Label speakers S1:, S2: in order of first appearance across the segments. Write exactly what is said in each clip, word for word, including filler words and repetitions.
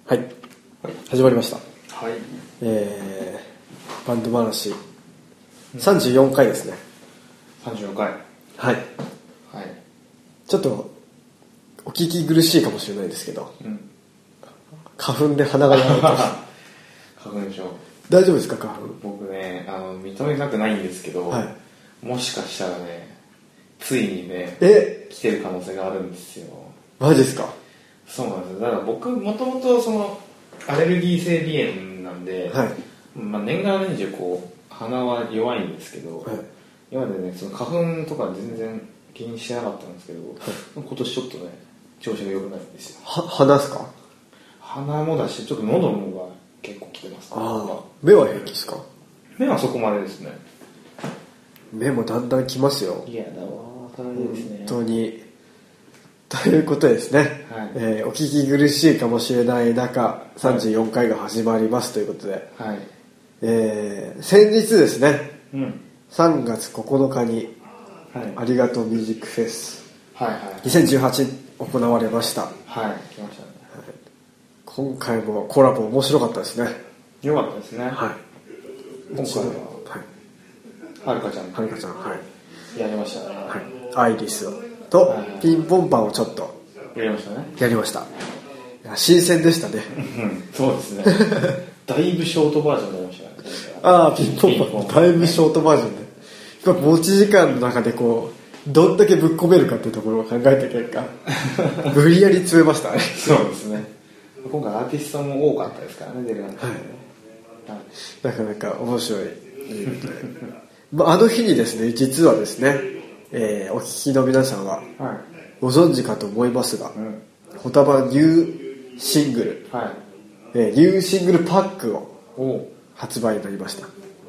S1: はい、はい、始まりました。
S2: はい。
S1: えー、バンド話さんじゅうよんかいですね。
S2: さんじゅうよんかい。
S1: はい。
S2: はい。
S1: ちょっとお聞き苦しいかもしれないですけど、
S2: うん、
S1: 花粉で鼻がやられてます。
S2: 花粉でしょ。
S1: 大丈夫ですか花粉？
S2: 僕ね、あの認めたくないんですけど、
S1: はい、
S2: もしかしたらね、ついにね、
S1: え
S2: 来てる可能性があるんですよ。
S1: マジですか？
S2: そうなんですよ。だから僕もともとそのアレルギー性鼻炎なんで、
S1: はい、
S2: まあ、年がら年中こう鼻は弱いんですけど、はい、今までねその花粉とか全然気にしてなかったんですけど、はい、今年ちょっとね調子が良くないんですよ。
S1: は鼻ですか？
S2: 鼻もだしちょっと喉の方が結構来てます、ね、
S1: ああ、目は平気ですか？
S2: 目はそこまでですね。
S1: 目もだんだん来ますよ。
S2: いやだわーですね。
S1: 本当に。ということですね、はい、えー、お聞き苦しいかもしれない中さんじゅうよんかいが始まりますということで、はい、えー、先日ですね、うん、さんがつここのかに、はい、ありがとうミュージックフェス、はいはい、にせんじゅうはち行われました。
S2: はい、来ましたね、
S1: はい、今回もコラボ面白かったですね。
S2: よかったですね。はい、今回は、
S1: はい、
S2: はるかちゃん
S1: はるかちゃん、はい、
S2: やりましたね。
S1: はい、アイリスをとピンポンパンをちょっと
S2: やりましたね。
S1: やりました。いや新鮮でしたね。
S2: そうですね。だいぶショートバージョンになりましたね。
S1: ああ、ピンポンパンだいぶショートバージョンで、やっぱ持ち時間の中でこうどんだけぶっ込めるかっていうところを考えた結果無理やり詰めましたね。
S2: そうですね。今回アーティストも多かったですからね、出るなんて、はい、
S1: なかなか面白いまあ、あの日にですね、実はですね、えー、お聞きの皆さんはご存知かと思いますが、ホタバニューシングル、はい、えー、ニューシングルパックを発売になりました。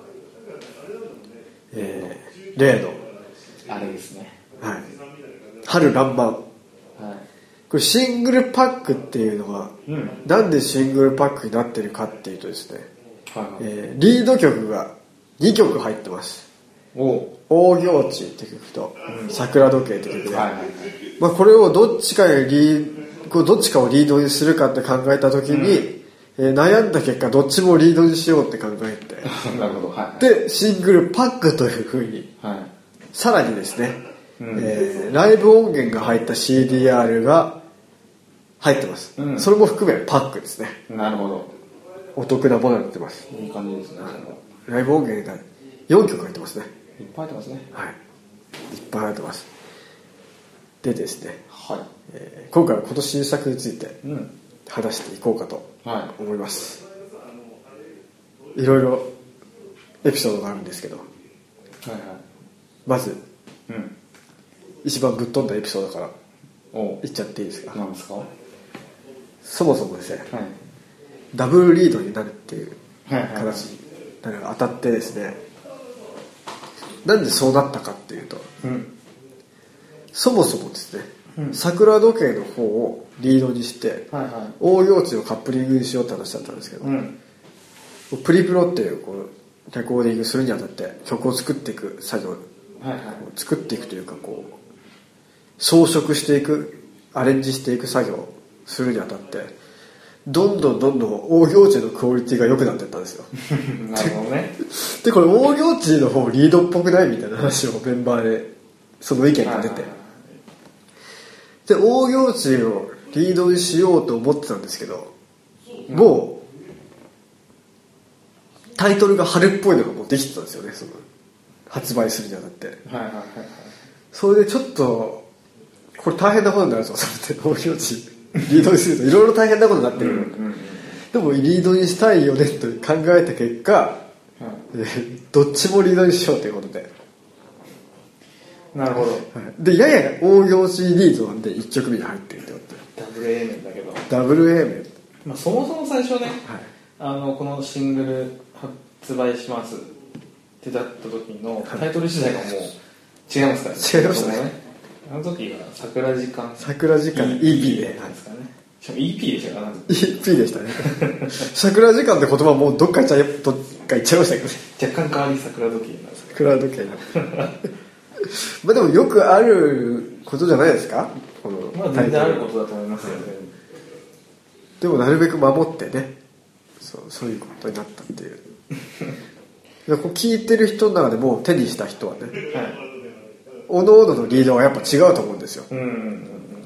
S1: えー、例の
S2: あれですね、
S1: はい、春爛漫、はい、これシングルパックっていうのは、うん、なんでシングルパックになってるかっていうとですね、はいはい、えー、リード曲がにきょく入ってます。お大行地って曲と、うん、桜時計って曲で、はいはいはい、まあ、これをどっちかリこうどっちかをリードにするかって考えた時に、うん、えー、悩んだ結果どっちもリードにしようって考えて
S2: なるほど、はいはい、
S1: でシングルパックという風に、はい、さらにですね、うん、えー、ライブ音源が入った シーディーアール が入ってます、うん、それも含めパックですね。
S2: なるほど、
S1: お得なものになってます。
S2: いい感じですね。
S1: ライブ音源がよんきょく入ってますね。
S2: いっぱい入ってますね。
S1: はい、いっぱい入ってます。でですね、
S2: はい、
S1: えー、今回はこの新作について話していこうかと思います、はい、いろいろエピソードがあるんですけど、はいはい、まず、うん、一番ぶっ飛んだエピソードから言っちゃっていいですか？
S2: 何ですか？
S1: そもそもですね、はい、ダブルリードになるっていう形になる、当たってですね、なんでそうなったかっていうと、うん、そもそもですね、うん、桜時計の方をリードにして、はいはい、大行地をカップリングにしようって話だったんですけど、うん、プリプロっていうこうレコーディングするにあたって曲を作っていく作業、はいはい、作っていくというかこう装飾していくアレンジしていく作業をするにあたってどんどんどんどん大行地のクオリティが良くなっていったんですよ。
S2: なるほどね。
S1: でこれ大行地の方リードっぽくないみたいな話をメンバーでその意見が出て、で大行地をリードにしようと思ってたんですけど、もうタイトルが春っぽいのがもうできてたんですよね、その発売するにあたって、はいはいはいはい、それでちょっとこれ大変なことになるぞと思って大行地リードにするといろいろ大変なことになってる、うんうんうん、でもリードにしたいよねと考えた結果、うん、どっちもリードにしようということで、
S2: なるほど、
S1: でやや大行地リードなんでいっきょくめに入ってるってことで
S2: ダブル A 面だけど
S1: ダブル A 面、
S2: まあ、そもそも最初ね、はい、あのこのシングル発売しますってなった時のタイトル自体がもう違いますから
S1: ね。違いましたね。
S2: あの時は桜時間
S1: 桜時間 イーピー で
S2: なんですかね。しかも イーピー でしたか？ イ
S1: ーピー でしたね。桜時間って言葉もうどっか行っちゃいどっか行っちゃいましたけどね。
S2: 若干変わり桜時計なんですか？
S1: 桜時計なまあでもよくあることじゃないですか、この
S2: まあ全然あることだと思いますよね。
S1: でもなるべく守ってね、そうそういうことになったっていうでこう聞いてる人の中でも手にした人はね、はい、おのおののリードはやっぱ違うと思うんですよ、うんうんうん、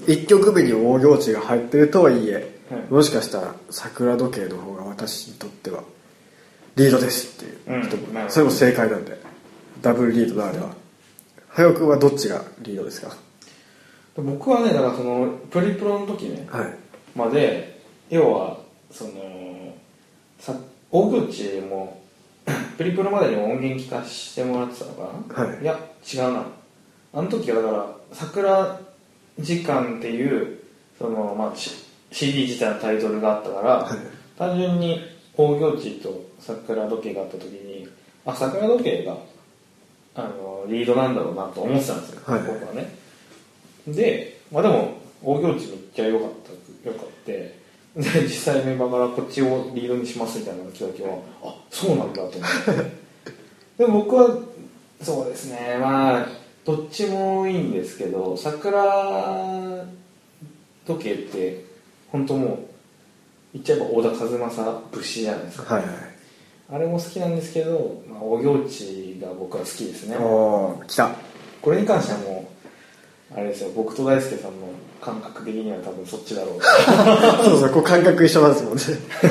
S1: いっきょくめに大行地が入ってるとはいえ、はい、もしかしたら桜時計の方が私にとってはリードですっていう人も、うん、それも正解なんでダブルリードならでは。早尾君はどっちがリードですか？
S2: 僕はね、だからそのプリプロの時ね、はい、まで要はそのさ大行地もプリプロまでにも音源聞かしてもらってたのかな、はい、いや違うな、あの時はだから桜時間っていうその、まあ、シーディー 自体のタイトルがあったから、はい、単純に大行地と桜時計があった時に、あ、桜時計があのリードなんだろうなと思ってたんですよ、はい、僕はね。で、まあでも大行地めっちゃ良かった良かったで、実際メンバーからこっちをリードにしますみたいなのが来た時は、あ、そうなんだと思ってでも僕はそうですね、まあどっちもいいんですけど、桜時計って本当もう言っちゃえば小田和正節じゃないですか、はいはい、あれも好きなんですけど、まあ、大行地が僕は好きですね。
S1: おー、来た。
S2: これに関してはもうあれですよ、僕と大輔さんの感覚的には多分そっちだろう
S1: そうそう、こう感覚一緒なんですもんね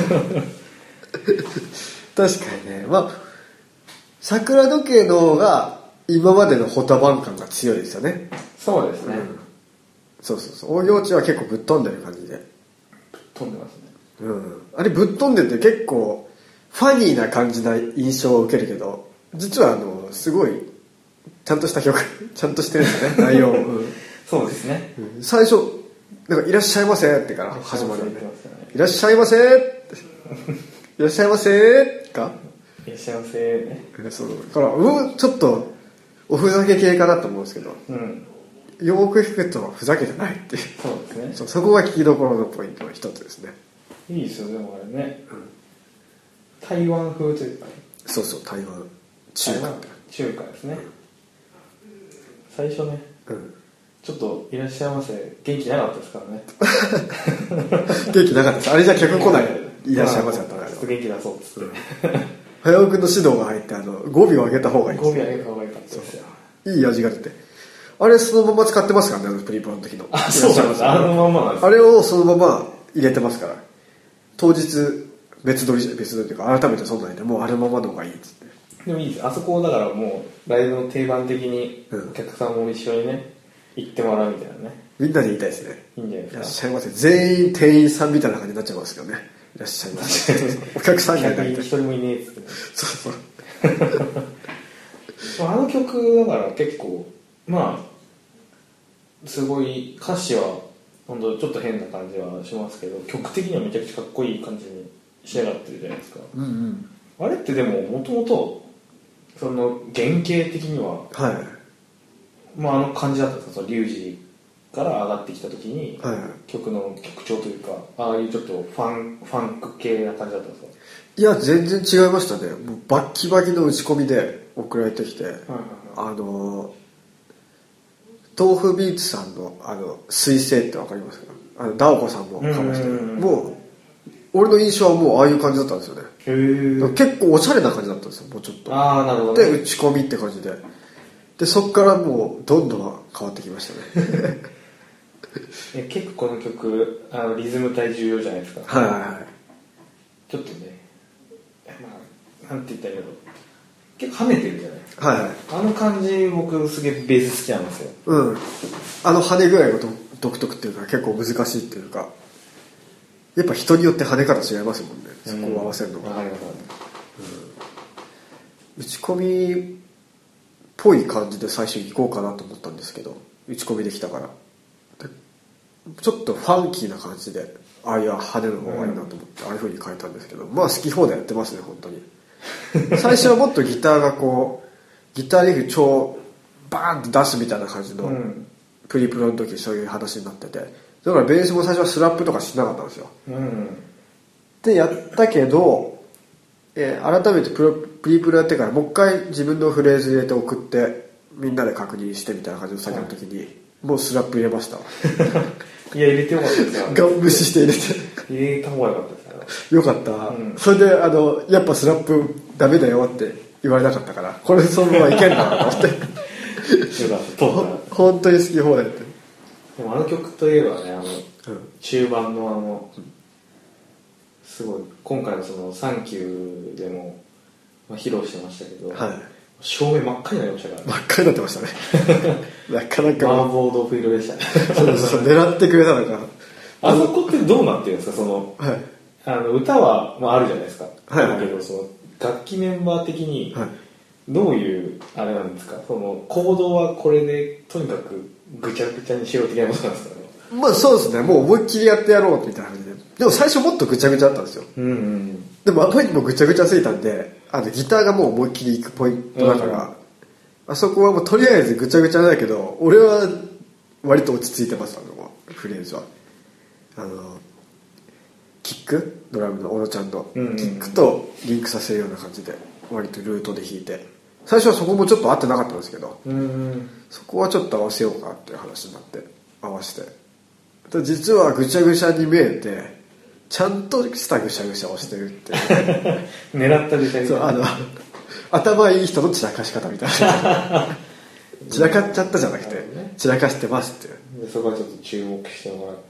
S1: 確かにね、まあ桜時計の方が今までのホタバン感が強いですよね。
S2: そうですね、うん、
S1: そうそうそう、大行地は結構ぶっ飛んでる感じで、
S2: ぶっ飛んでますね、
S1: うん、あれぶっ飛んでて結構ファニーな感じな印象を受けるけど、実はあのすごいちゃんとした曲ちゃんとしてるんですね内容、うん、
S2: そうですね、
S1: うん、最初なんかいらっしゃいませってから始まるんで、いらっしゃいませっていらっしゃいませか
S2: いらっしゃいませね、
S1: そうだからうんちょっとおふざけ系かなと思うんですけど、うん、よく聞くとふざけてないっていう、
S2: そうですね、
S1: そ, そこが聞きどころのポイントの一つですね。
S2: いいですよ、でもあれね、うん、台湾風というかね、
S1: そうそう、台湾中華
S2: 中華ですね、うん、最初ね、うん、ちょっといらっしゃいませ元気なかったですからね
S1: 元気なかったです、あれじゃ客来ないいらっしゃいませだったら、
S2: ちょっと元気出そうっつって
S1: 早尾君の指導が入ってあの語尾を上げた方がいいです、
S2: 語尾上げた方がいいかったですよ、
S1: いい味が出て、あれそのまま使ってますからね、あのプリプロの時の、
S2: あ、そうなんです、あのままなんです、
S1: あれをそのまま入れてますから、当日別撮り別撮りというか改めてそんなんでもうあるままの方がいいっつって。
S2: でもいいです、あそこだからもうライブの定番的にお客さんも一緒にね、うん、行ってもらうみたいなね、
S1: みんなで言いたいですね、
S2: いいんじゃないですか、
S1: いらっしゃいませ、全員店員さんみたいな感じになっちゃいますけどね、いらっしゃいませお客さんがいない
S2: 一人もいねえっつって、ね、
S1: そうそう
S2: あの曲だから結構まあすごい歌詞は本当ちょっと変な感じはしますけど、曲的にはめちゃくちゃかっこいい感じに仕上がってるじゃないですか、うんうん、あれってでももともとその原型的には、はい、まああの感じだったんですか、そのリュウジから上がってきた時に、はい、曲の曲調というか、ああいうちょっとファンファンク系な感じだったんですか？
S1: いや全然違いましたね、もうバッキバキの打ち込みで送られてきて、はいはいはい、あの豆腐ビーツさんのあの彗星ってわかりますか？あのダオコさんもカバーして、もう俺の印象はもうああいう感じだったんですよね。へー、結構おしゃれな感じだったんですよ、もうちょっと。
S2: ああ、なるほど、ね、
S1: で打ち込みって感じで、でそっからもうどんどん変わってきましたね
S2: 結構この曲あのリズム体重要じゃないですか。
S1: はいはいはい。
S2: ちょっとね、まあなんて言ったらいいの、結構跳ねてるじゃないですか。
S1: はいはい。
S2: あの感じ僕すげえベース好きなんですよ。
S1: うん。あの跳ね具合が独特っていうか結構難しいっていうか、やっぱ人によって跳ね方違いますもんね。そこを合わせるのが。わかります。打ち込みっぽい感じで最初行こうかなと思ったんですけど、打ち込みできたから。ちょっとファンキーな感じで、ああいう派手な方がいいなと思って、うん、ああいう風に変えたんですけど、まあ好き放題やってますね、本当に。最初はもっとギターがこう、ギターリフ超バーンって出すみたいな感じの、うん、プリプロの時そういう話になってて、だからベースも最初はスラップとかしなかったんですよ。うん、で、やったけど、えー、改めてプロプリプロやってからもう一回自分のフレーズ入れて送って、みんなで確認してみたいな感じの作業の時に、はい、もうスラップ入れました
S2: いや入れてよかったですよ。
S1: ガン無視して入れて
S2: 入れた方がよかったです
S1: よかった、うん、それであのやっぱスラップダメだよって言われなかったから、これそのままいけんだなと思って本当に好き放題って。
S2: でもあの曲といえばね、あの、うん、中盤のあの、うん、すごい今回のそのサンキューでも、まあ、披露してましたけど、はい、照明真っ赤になりましたから、ね、
S1: 真っ赤になってましたねなかなか
S2: 麻婆豆腐色でしたね
S1: そうそうそう狙ってくれたのか。
S2: あそこってどうなってるんですか、その、はい、あの歌は、まあ、あるじゃないですか、はいはい、だけどその楽器メンバー的にどういうあれなんですか、その行動はこれでとにかくぐちゃぐちゃにしよう的なことなんですかね。
S1: まあそうですね、もう思いっきりやってやろうみたいな感じで。でも最初もっとぐちゃぐちゃだったんですよ、うんうん、でもあまりにもぐちゃぐちゃすぎたんで、あのギターがもう思いっきりいくポイントだから、うん、あそこはもうとりあえずぐちゃぐちゃだけど、俺は割と落ち着いてます。あのフレーズはあのキックドラムの小野ちゃんのキックとリンクさせるような感じで割とルートで弾いて、最初はそこもちょっと合ってなかったんですけど、うん、そこはちょっと合わせようかっていう話になって合わせて、実はぐちゃぐちゃに見えてちゃんとしたぐしゃぐしゃをしてるっていう
S2: 狙ったぐしゃぐしゃ、
S1: そう、あの頭いい人の散らかし方みたいな散らかっちゃったじゃなくて、ね、散らかしてますっていう。
S2: でそこはちょっと注目してもらって、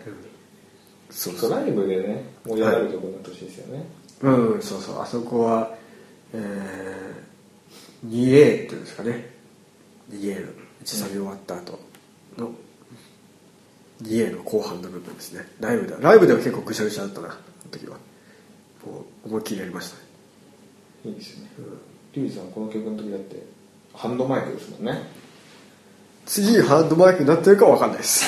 S2: うん、そうそう、ライブでね盛り上がるところになってほしいですよね、
S1: はい、うん、そうそう、あそこは、えー、にエー っていうんですかね、 にエー のいちサビ終わった後の にエー の後半の部分ですね。ライブではライブでは結構ぐしゃぐしゃだったな、あの時はもう思いっきりやりましたね。
S2: いいですよね。リュウジさんこの曲の時だってハンドマイクですもんね。
S1: 次ハンドマイクになってるかわかんないです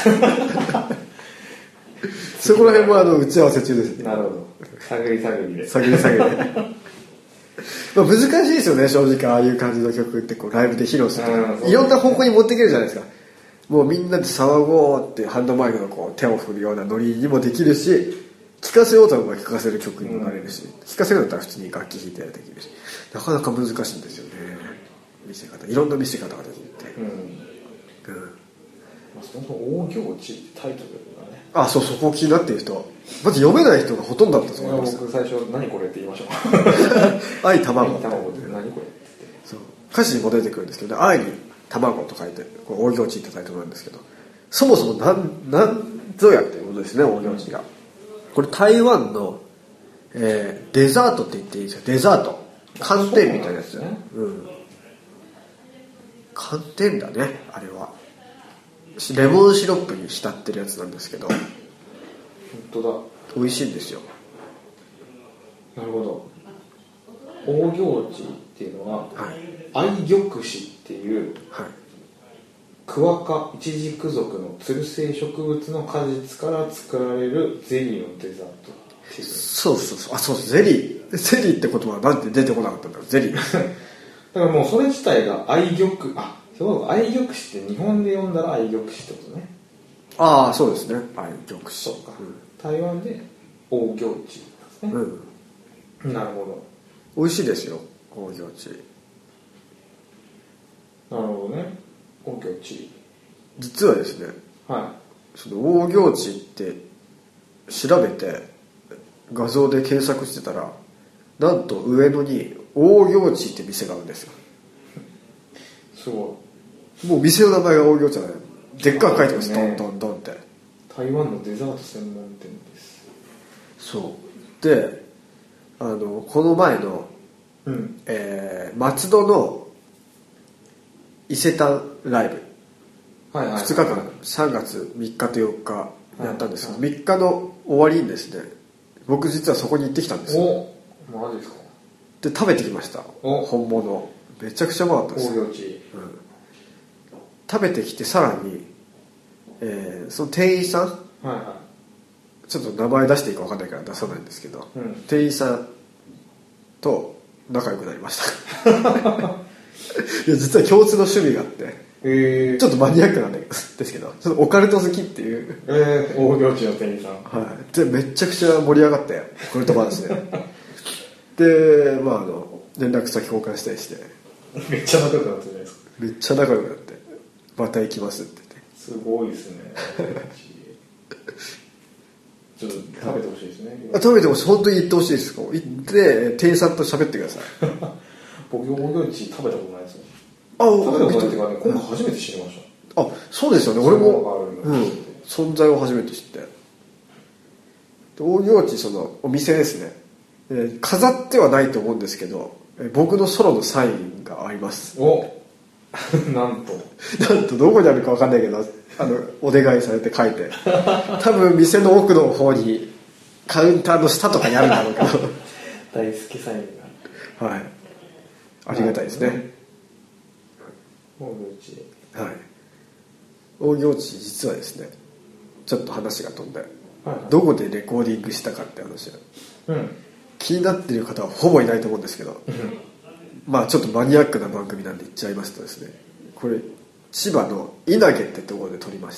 S1: そこら辺もあの打ち合わせ中ですね。
S2: なるほど、探り探りで
S1: 探り探りでまあ難しいですよね、正直ああいう感じの曲ってこうライブで披露するといろんな方向に持っていけるじゃないですか。もうみんなで騒ごうってハンドマイクのこう手を振るようなノリにもできるし、聴かせようと思えば聴かせる曲にもなれるし、聴かせるんだったら普通に楽器弾いてできるし、なかなか難しいんですよね、見せ方、いろんな見せ方ができるって、うんうん、
S2: まあ、その大行地ってタイトルがね、
S1: あ、そう、そこ気になってる人まず読めない人がほとんどだったと思います。
S2: 僕最初何これって言いましょう
S1: 愛卵って
S2: 何これって
S1: そう歌詞にも出てくるんですけど、ね、愛に卵と書いてこれ大行地ってタイトルなんですけど、そもそも何何ぞやっていうことですね、大行地が。これ台湾の、えー、デザートって言っていいですよ、デザート、寒天みたいなやつ、ね、うん、寒天だねあれは。レモンシロップに浸ってるやつなんですけど、
S2: 本当だ、
S1: 美味しいんですよ。
S2: なるほど。大行地っていうのは、はい、愛玉子っていう、はい、クワ科イチジク属のつる性植物の果実から作られるゼリーのデザートっていう。
S1: そうそうそう、あ、そうそう、ゼリーゼリーって言葉はなんで出てこなかったんだろう、ゼリー
S2: だからもうそれ自体が愛玉、あ、そう、愛玉子って日本で読んだら愛玉子ってことね。
S1: ああ、そうですね、愛玉子。
S2: そうか、うん、台湾で大行地ですね、うん、なるほど。
S1: 美味しいですよ、大行地。
S2: なるほどね、大行地。
S1: 実はですね、はい、その大行地って調べて画像で検索してたら、なんと上野に大行地って店があるんですよ。
S2: すご
S1: い。もう店の名前が大行地じゃない、でっかく書いてます、ね、ドンドンドンって。
S2: 台湾のデザート専門店です。
S1: そうで、あのこの前の、うんえー、松戸の伊勢丹ライブ、はいはいはいはい、ふつかかんさんがつみっかとよっかやったんですけど、はいはい、みっかの終わりにですね、僕実はそこに行ってきたんですよ。
S2: お、マジですか。
S1: で食べてきました、本物。めちゃくちゃうまかったです。
S2: 大行地、うん、
S1: 食べてきてさらに、えー、その店員さん、はいはい、ちょっと名前出していいか分かんないから出さないんですけど、うん、店員さんと仲良くなりましたいや実は共通の趣味があって、えー、ちょっとマニアックなんですけど、ちょっとオカルト好きっていう、
S2: えー、大行地の店員さん、
S1: はい、でめちゃくちゃ盛り上がってオカルト話でで、まあ、あの連絡先交換したりして
S2: めっちゃ仲良くなったじゃないですか。
S1: めっちゃ仲良くなって、また行きますって言って。
S2: すごいですねちょっと食べてほしいですね。
S1: 食べてほしい、本当に行ってほしいです。行って店員さんと喋ってください。
S2: 僕オーギョーチ食べたことないですね。
S1: あ、
S2: 食べたことないっていうかね、今回初めて知りました。
S1: あ、そうですよね。俺も、うん、存在を初めて知って。オーギョーチ、そのお店ですね、えー、飾ってはないと思うんですけど、えー、僕のソロのサインがあります。
S2: おなんと
S1: なんとどこにあるか分かんないけど、あのお願いされて書いて、多分店の奥の方にカウンターの下とかにあるんだろうけど
S2: 大好きサイン
S1: が、はい、ありがたいですね。
S2: オーギョーチ、
S1: はい、オーギョーチ実はですね、ちょっと話が飛んで、はいはい、どこでレコーディングしたかって話は、うん、気になっている方はほぼいないと思うんですけど、うん、まあちょっとマニアックな番組なんで言っちゃいますとですね、これ千葉の稲毛ってところで撮りました。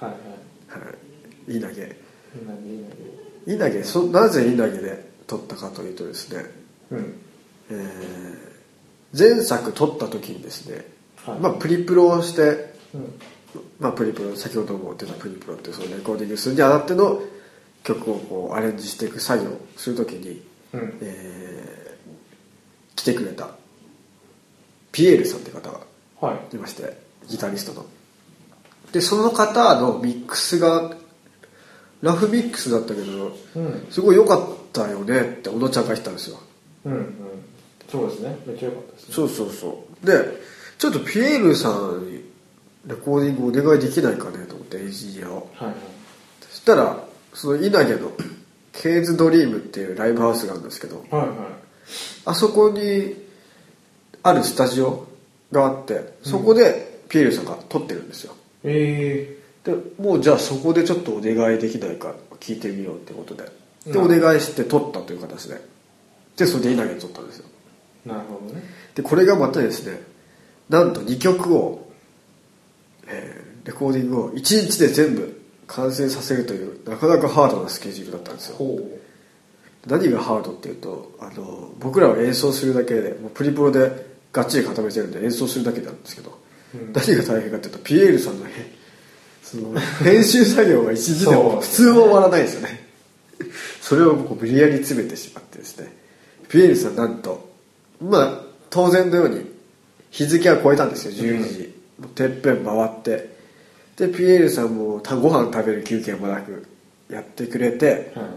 S1: はいはい、はい、稲毛稲毛稲毛そなぜ稲毛で撮ったかというとですね、うん、えー、前作撮った時にですね、はい、まあプリプロをして、うん、まあ、プリプロ、先ほども言ってたプリプロってそのレコーディングするにあたっての曲をこうアレンジしていく作業をするときに、うん、えー、来てくれたピエールさんって方がいまして、はい、ギタリストの。でその方のミックスがラフミックスだったけど、うん、すごい良かったよねって小野ちゃんが言ってたんですよ。うんうん、
S2: そうですね、めっちゃ良かったですね。
S1: そうそうそう。でちょっとピエールさんにレコーディングお願いできないかねと思って、エンジニアを、はいはい、そしたらその稲毛のケーズドリームっていうライブハウスがあるんですけど、はいはい、あそこにあるスタジオがあって、そこでピエールさんが撮ってるんですよ。へえー、でもうじゃあそこでちょっとお願いできないか聞いてみようってことで、でお願いして撮ったという形で、でそれで稲毛で撮ったんですよ。
S2: なるほどね。
S1: でこれがまたですね、なんとにきょくをえー、レコーディングをいちにちで全部完成させるというなかなかハードなスケジュールだったんですよ。何がハードっていうと、あの僕らは演奏するだけでもうプリプロでがっちり固めてるんで演奏するだけなんですけど、うん、何が大変かっていうとピエールさんのその編集作業がいちにちでも普通は終わらないですよねそれを僕無理やり詰めてしまってですね、ピエールさんなんとまあ当然のように日付は超えたんですよ。じゅうにじ、うんてっぺん回って、でピエールさんもご飯食べる休憩もなくやってくれて、はい、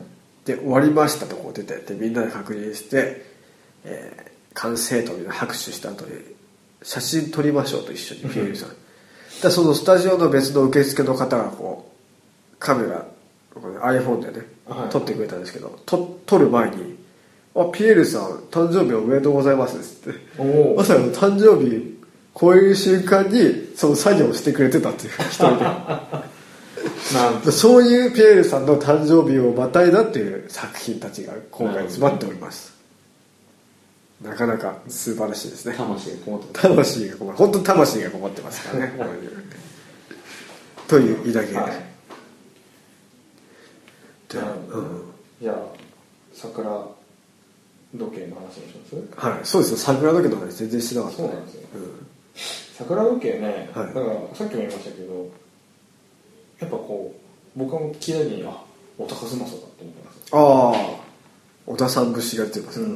S1: で終わりましたとこう出て、でみんなで確認して、えー、完成とみんな拍手した後に写真撮りましょうと一緒にピエールさん、うん、だそのスタジオの別の受付の方がこうカメラ iPhone でね、はい、撮ってくれたんですけど、と撮る前にあピエールさん誕生日おめでとうございますってまさかの誕生日こういう瞬間にその作業をしてくれてたっていう一人でなんそういうピエールさんの誕生日をまたいだっていう作品たちが今回詰まっております。 な, なかなか素晴らしいですね。
S2: 魂がこもってます。
S1: 魂がこも本当に魂がこもってますからねという稲毛、はい、
S2: じゃあ、うん、じゃあ桜時計の話をします。
S1: はい、そうですよ。桜時計の話全然してなかった、ね、
S2: そうなんですよ、うん、桜時計ね、はい、だからさっきも言いましたけど、やっぱこう僕は聞いた時にあ小田和正だと思ってます。
S1: ああ小田さん節が出てます、うん、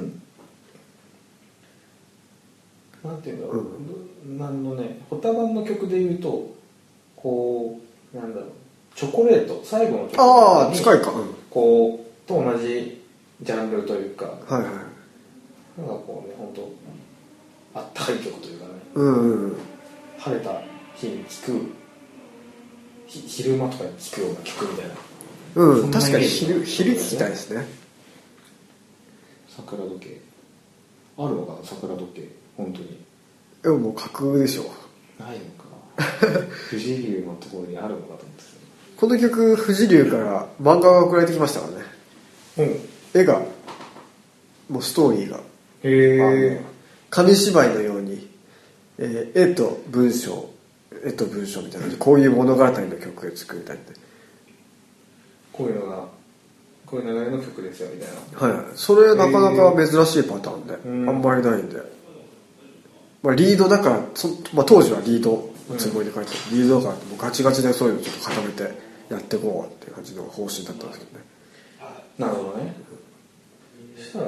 S2: なんていうんだろう、うん、なんのねホタバンの曲で言うとこうなんだろうチョコレート最後のチョコレート
S1: ああ近いか、うん、
S2: こうと同じジャンルというか、はいはい、なんかこうね本当あったかい曲というかね、うんうん、晴れた日に聴く昼間とかに聴くような曲みたいな、
S1: うん、確かに昼昼聴きたいですね。
S2: 桜時計あるのかな、桜時計本当に。
S1: でももう架空でしょ。
S2: ないのかな富士流のところにあるのかと思って、ね、
S1: この曲富士流から漫画が送られてきましたからね。うん絵がもうストーリーがへえ紙芝居のように、えー、絵と文章絵と文章みたいなこういう物語の曲を作りたいって、
S2: こういうのがこういう流れの曲ですよみたい
S1: な。はい、それなかなか珍しいパターンで、あんまりないんで、まあ、リードだからそ、まあ、当時はリードのつもりで書いて、うん、リードだからもうガチガチでそういうのをちょっと固めてやっていこうっていう感じの方針だったんですけどね。
S2: なるほどね。そしたら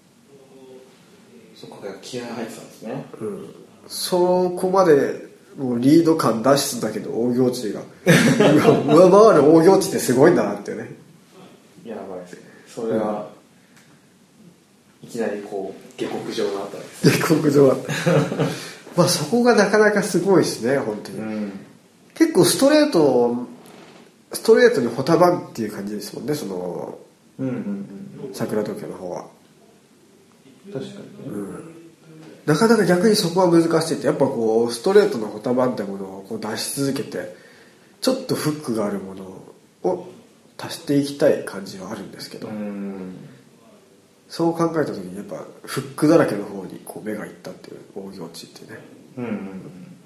S2: そこが気合入ってたんですね。
S1: うん。そこまでもうリード感出してたけど大行地が上回る大行地ってすごいんだなってね。
S2: やばいですね。それは、うん、いきなりこう下克上があったんです。
S1: 下克上があった。まあそこがなかなかすごいですね本当に、うん。結構ストレートストレートにホタバンっていう感じですもんねその、うんうんうん、桜東京の方は。
S2: 確かにね、うん、
S1: なかなか逆にそこは難しいってやっぱこうストレートのホタバンってものをこう出し続けてちょっとフックがあるものを足していきたい感じはあるんですけど、うん、そう考えた時にやっぱフックだらけの方にこう目がいったっていう大行地っていうね、うんうんうん、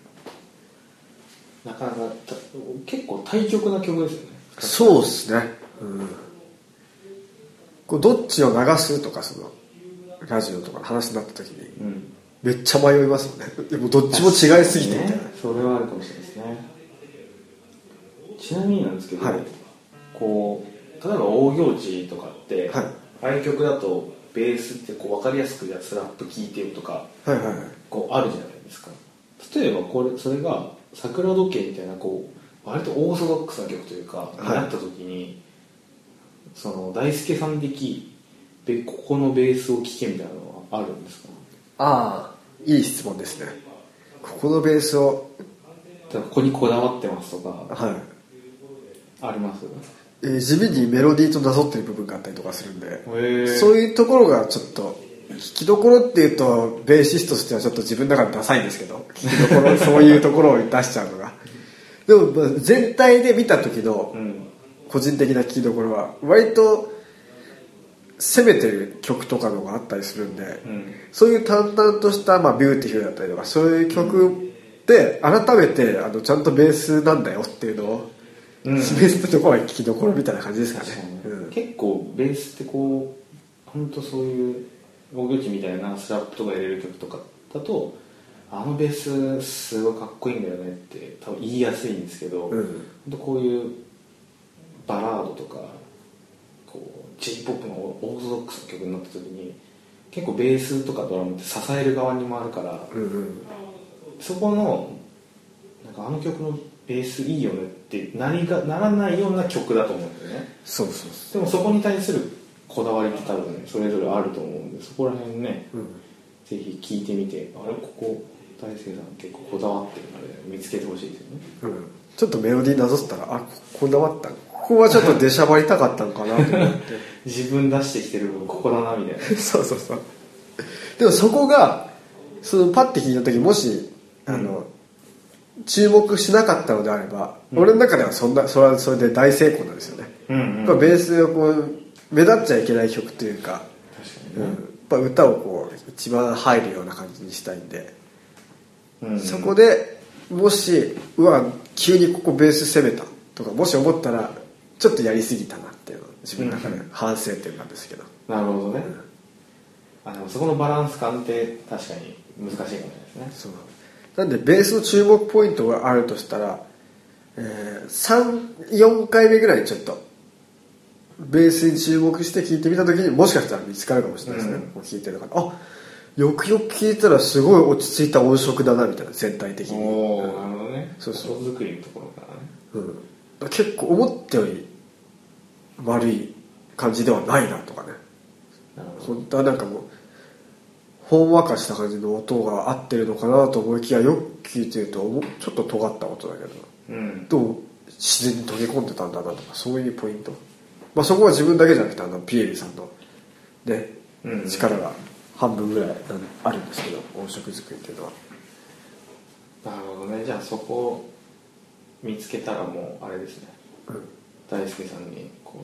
S2: なかなか結構対極な曲ですよね。
S1: そうですね、うん、こうどっちを流すとかそのラジオとかの話になった時に、うん、めっちゃ迷いますもんね。でもどっちも違いすぎてみたいな、ね、
S2: それはあるかもしれないですね。ちなみになんですけど、はい、こう例えば大行地とかって、はい、ああいう曲だとベースってこう分かりやすくじゃスラップ聴いてるとか、はいはいはい、こうあるじゃないですか。例えばこれそれが桜時計みたいなこう割とオーソドックスな曲というか、はい、になった時にその大輔さん的ここのベースを聴けみたいなのはあるんですか？
S1: ああ、いい質問ですね。ここのベースを
S2: ここにこだわってますとか、はい、あります？
S1: えー、地味にメロディーとなぞってる部分があったりとかするんで、そういうところがちょっと弾きどころっていうとベーシストとしてはちょっと自分の中でダサいんですけど、弾きどころそういうところを出しちゃうのがでも全体で見た時の個人的な弾きどころは割と攻めてる曲とかのがあったりするんで、うん、そういう淡々とした、まあ、ビューティフルだったりとかそういう曲で改めてあのちゃんとベースなんだよっていうのを示すところが聴きどころみたいな感じですかね、
S2: うん、結構ベースってこう本当そういう大行地みたいなスラップとか入れる曲とかだとあのベースすごいかっこいいんだよねって多分言いやすいんですけど、うん、本当こういうバラードとかこう J-ポップ のオーソドックスな曲になった時に結構ベースとかドラムって支える側に回るから、うんうん、そこのなんかあの曲のベースいいよねって何がならないような曲だと思うんですよね。
S1: そうそうそう。
S2: でもそこに対するこだわりって多分、ね、それぞれあると思うんでそこら辺ね、うん、ぜひ聞いてみてあれここ大輔さん結構こだわってるので見つけてほしいですよね、
S1: うん、ちょっとメロディーなぞったらあこだわったここはちょっと出しゃばりたかったのかなと思って
S2: 自分出してきてる分ここだなみたいな
S1: そうそうそう。でもそこがそのパッて聞いた時もしあの、うん注目しなかったのであれば、うん、俺の中ではそんなそれはそれで大成功なんですよね、うんうん、ベースをこう目立っちゃいけない曲というか、確かにね、うん、やっぱ歌をこう一番入るような感じにしたいんで、うんうん、そこでもしうわ急にここベース攻めたとかもし思ったらちょっとやりすぎたなっていうのは自分の中で反省点なんですけど、
S2: うん、なるほどね、うん、あでもそこのバランス感って確かに難しいかもしれないですね。
S1: そうなんでベースの注目ポイントがあるとしたら、えー、さん、よんかいめぐらいにちょっとベースに注目して聴いてみた時にもしかしたら見つかるかもしれないですね、うん、聴いてる方あよくよく聴いたらすごい落ち着いた音色だなみたいな全体的に
S2: おー、うん、なるほどね。そうそう音作りのところからね、
S1: うん、結構思ったより悪い感じではないなとかね本当はなんかもうほんわかした感じの音が合ってるのかなと思いきやよく聞いてるとちょっと尖った音だけど、うん、どう自然に溶け込んでたんだなとかそういうポイント、まあ、そこは自分だけじゃなくてあのピエールさんの、ねうんうん、力が半分ぐらいあるんですけど音色作りっていうのは。
S2: なるほどね。じゃあそこを見つけたらもうあれですね、うん、大輔さんにこ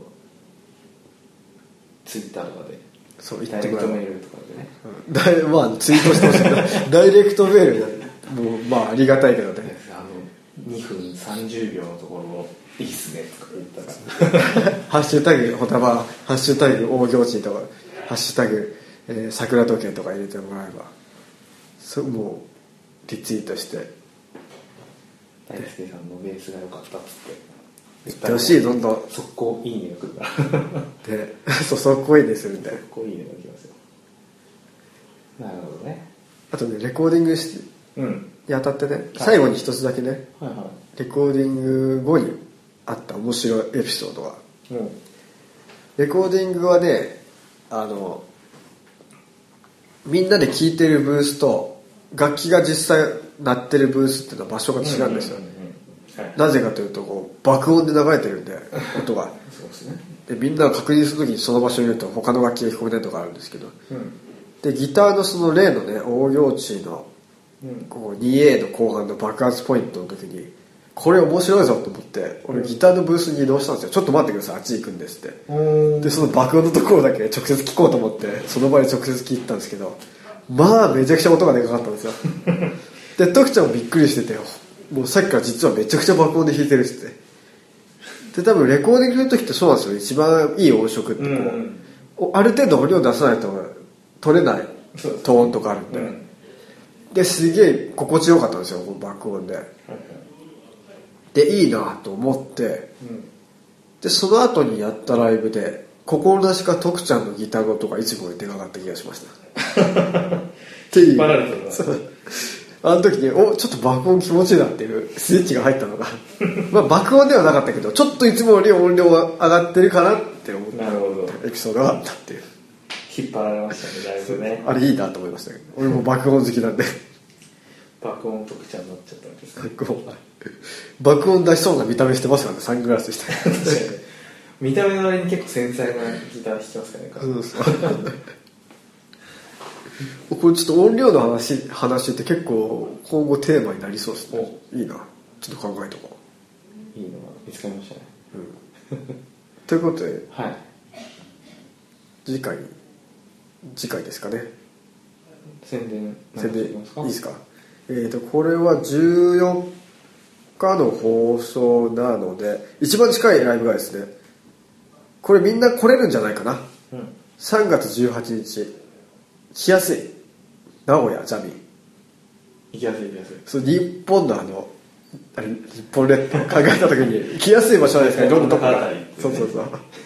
S2: うツイッターとかで
S1: そう
S2: ダイレクトメールとかでね、
S1: うん、だいまあツイートしてほしいダイレクトメールもうまあありがたいけどね
S2: あのにふんさんじゅうびょうのところをいいっすねとか言ったら
S1: ハッシュタグホタバハッシュタグ大行地とかハッシュタグ、えー、桜時計とか入れてもらえばそもうリツイートして
S2: 大輔さんのベースが良かったっつって
S1: 言ってほしい。どんどん
S2: 速攻いいねが来るから
S1: でそう速攻いいねするんで、
S2: 速攻いいねが来ますよ。なるほどね。
S1: あとねレコーディングして
S2: うん
S1: にあたってね、はい、最後に一つだけね、
S2: はいはい、
S1: レコーディング後にあった面白いエピソードが、うん、レコーディングはね、あのみんなで聴いてるブースと楽器が実際鳴ってるブースっていうのは場所が違うんですよ、うんうんうんはい、なぜかというとこう爆音で流れてるんで音がそうです、ね、でみんなが確認するときにその場所にいると他の楽器が聞こえないとかあるんですけど、うん、でギターのその例のね大行地のこう にエー の後半の爆発ポイントの時にこれ面白いぞと思って俺ギターのブースに移動したんですよ。ちょっと待ってくださいあっち行くんですってでその爆音のところだけ直接聞こうと思ってその場で直接聞いたんですけどまあめちゃくちゃ音がでかかったんですよで徳ちゃんもびっくりしててもうさっきから実はめちゃくちゃ爆音で弾いてるってで多分レコーディングの時ってそうなんですよ。一番いい音色ってこう、うんうん、ある程度音量出さないと取れないトーンとかあるんで、うんですげえ心地よかったんですよこの爆音で、はいはい、でいいなと思って、うん、でその後にやったライブで心なしか徳ちゃんのギターの音がいつもよりでかかった気がしましたっていうあの時におちょっと爆音気持ちいいなっていうスイッチが入ったのがまあ爆音ではなかったけどちょっといつもより音量が上がってるかなって思ったエピソードがあったっていう
S2: 引っ張られましたねだいぶね。
S1: あれいいなと思いましたけど俺も爆音好きなんで
S2: 爆音特徴になっちゃったんですね。
S1: 爆音爆音出しそうな見た目してますからねサングラスして
S2: 見た目の割に結構繊細なギター弾きますからね。そうそう
S1: これちょっと音量の話話って結構今後テーマになりそうですね。いいなちょっと考えとこ
S2: う。いいのが見つかりましたね、
S1: うん、ということで、
S2: はい、
S1: 次回次回ですかね。
S2: 宣伝
S1: 宣伝いいですか。えーとこれはじゅうよっかの放送なので一番近いライブがですねこれみんな来れるんじゃないかな、うん、さんがつじゅうはちにち来やすい名古屋ジャミン
S2: 行きやすい行きやすい
S1: そう日本のあのあれ日本列島考えた時に来やすい場所なんですかいろんなところが、ね、そうそうそう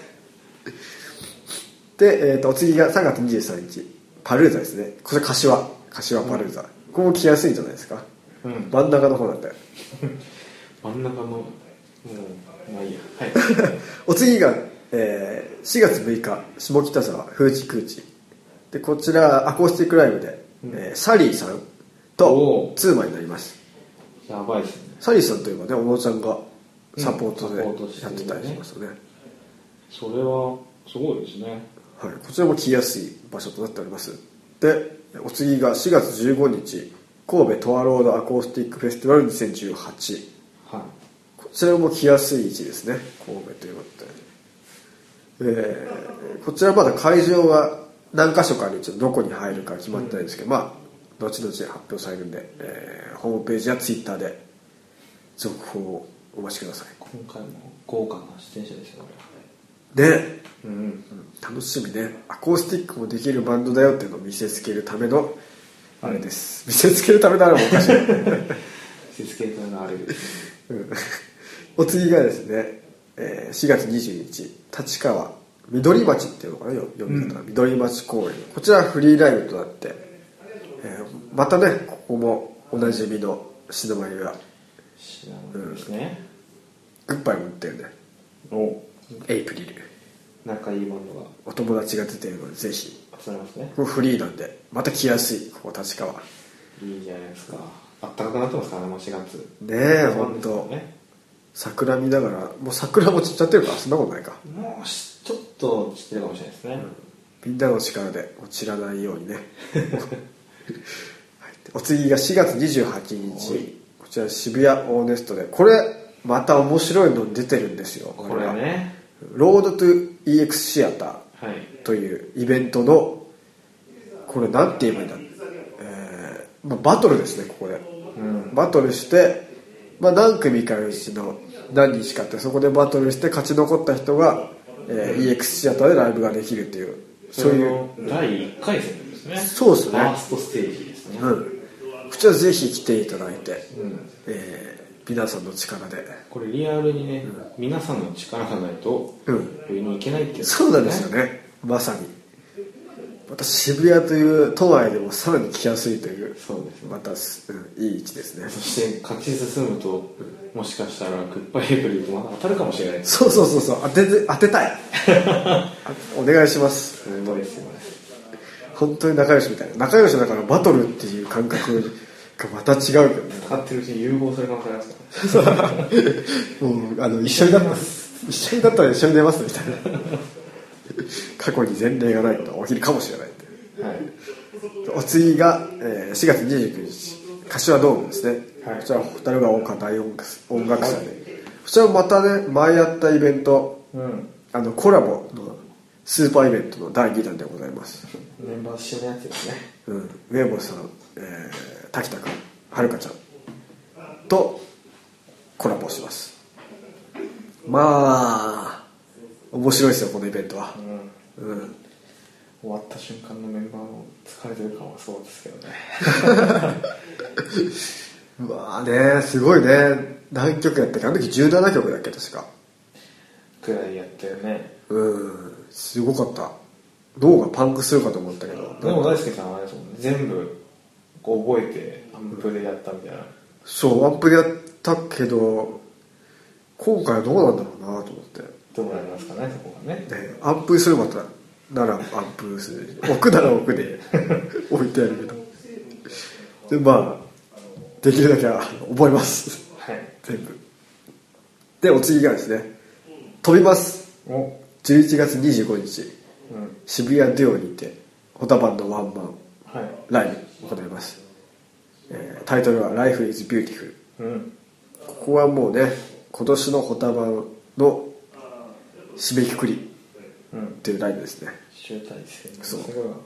S1: で、えー、とお次がさんがつにじゅうさんにちパルーザですね。これ柏柏パルーザ、うん、ここも来やすいんじゃないですか、うん、真ん中の方なんだよ
S2: 真ん中のもうまあいいや、はい、
S1: お次が、えー、しがつむいか下北沢風知空知でこちらアコースティックライブで、うんえー、サリーさんとツーマンになります。
S2: やばいですね。
S1: サリーさんといえばね小野ちゃんがサポートでやってたりしますよね、うん、
S2: それはすごいですね。
S1: はい、こちらも来やすい場所となっております。でお次がしがつじゅうごにち神戸トアロードアコースティックフェスティバルにせんじゅうはち、はい、こちらも来やすい位置ですね。神戸ということで、えー、こちらまだ会場は何箇所かにちょっとどこに入るか決まってないんですけど、うん、まあ後々発表されるんで、えー、ホームページやツイッターで続報をお待ちください。
S2: 今回も豪華な出演者ですよね。
S1: で、うんうん、楽しみね。アコースティックもできるバンドだよっていうのを見せつけるためのあれです、うん、見せつけるためならもおかしい
S2: 見せつけるためのあれです、
S1: うん、お次がですね、えー、しがつにじゅうににち立川緑町っていうのかな読み方が、うん、緑町公園こちらフリーライブとなって、えー、またねここもおなじみのシナマリが
S2: シナマリですね、
S1: うん、グッバイも売ってるんでおエイプリル
S2: 仲いいバンドが
S1: お友達が出てるのでぜひ
S2: 集まりますね。
S1: ここフリーなんでまた来やすいここ立川
S2: いいじゃないですか。あったかくなってますからねもうしがつ
S1: ねえほんと桜見ながらもう桜も散っちゃってるからそんなことないか
S2: もうちょっと散ってるかもしれないですね、
S1: うん、みんなの力で散らないようにね、はい、お次がしがつにじゅうはちにちこちら渋谷オーネストでこれまた面白いの出てるんですよ。
S2: これね
S1: ロードトゥ イーエックス シアターというイベントのこれなんて言えばいいんだ、えーまあ、バトルですねここで、うん、バトルして、まあ、何組かのうちの何日かってそこでバトルして勝ち残った人が、えー、イーエックス シアターでライブができるっていう
S2: そういうだいいっかい戦ですね。
S1: そうですね
S2: ファーストステージですね、
S1: うん、こちらぜひ来ていただいて、うんえ皆さんの力で
S2: これリアルにね、うん、皆さんの力がないと上に行けないっていう、ね、
S1: そうなんですよね。まさにまた渋谷という都内でもさらに来やすいという、
S2: そうですね、
S1: また、うん、いい位置ですね。
S2: そして勝ち進むと、うん、もしかしたらグッバイエブリーとまた当たるかもしれない。
S1: そうそうそうそう、当てて当てたいお願いします。
S2: すごいですよね。
S1: 本当に仲良しみたいな、仲良しだからバトルっていう感覚がまた違うけどね。
S2: 戦ってるうちに融合する可能性ありますからね
S1: もうあの一緒になったら一緒になったら一緒に出ますみたいな過去に前例がないことが起きるかもしれないって、はい、お次が、えー、しがつにじゅうくにち柏ドームですね、はい、こちらは蛍ヶ丘大音楽音楽祭で、はい、こちらもまたね前やったイベント、うん、あのコラボのスーパーイベントのだいにだんでございます。
S2: メンバー一緒のやつですね、
S1: うん、ウェボさん、えー、滝田君はるかちゃんとコラボします。まあ面白いですよこのイベントは、うんうん、
S2: 終わった瞬間のメンバーの疲れてる感はそうですけどね
S1: うわーねすごいね。何曲やったっけあの時じゅうななきょくだっけ確か
S2: くらいやったよね。
S1: うんすごかった。脳がパンクするかと思ったけど、
S2: でも大輔さんはあれですもんね、全部こう覚えてアンプでやったみたいな、うん、
S1: そうアンプでやったけど今回はどうなんだろうなと思って。
S2: どうなりますかねそこがね。
S1: ねアンプするまたならアンプする置くなら置くで置いてやるけどでまあできるだけは覚えます、はい、全部で。お次がですね飛びますおじゅういちがつにじゅうごにち、うん、渋谷デュオにてホタバンのワンマンライブを行います、はいえー、タイトルは Life is Beautiful、うん、ここはもうね今年のホタバンの締めくくりっていうライブですね。
S2: 集大成、
S1: そう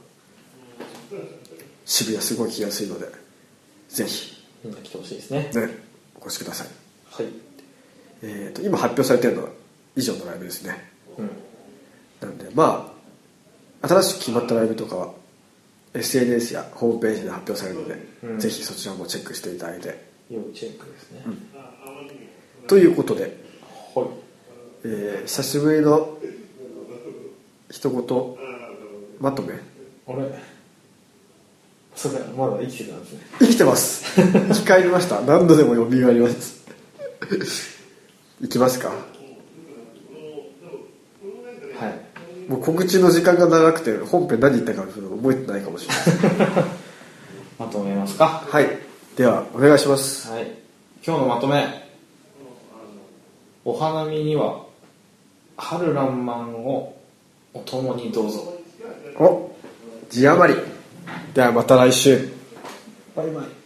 S1: 渋谷すごい来やすいのでぜひ
S2: みんな来てほしいですね。
S1: ねお越しください。
S2: はい。
S1: えーと今発表されているのは以上のライブですね、うん、なんでまあ新しく決まったライブとかは エスエヌエス やホームページで発表されるので、うん、ぜひそちらもチェックしていただいて。
S2: 要チェックですね、うん、
S1: ということで、
S2: はい
S1: えー、久しぶりの一言まとめ。
S2: あれそれまだ生きてたんですね。
S1: 生きてます生き返りました。何度でも蘇りますいきますか。はいもう告知の時間が長くて本編何言ったか覚えてないかもしれない
S2: まとめますか。
S1: はいではお願いします。
S2: はい、今日のまとめ。お花見には春らんまんをお供にどうぞ。
S1: お字余り。ではまた来週。
S2: バイバイ。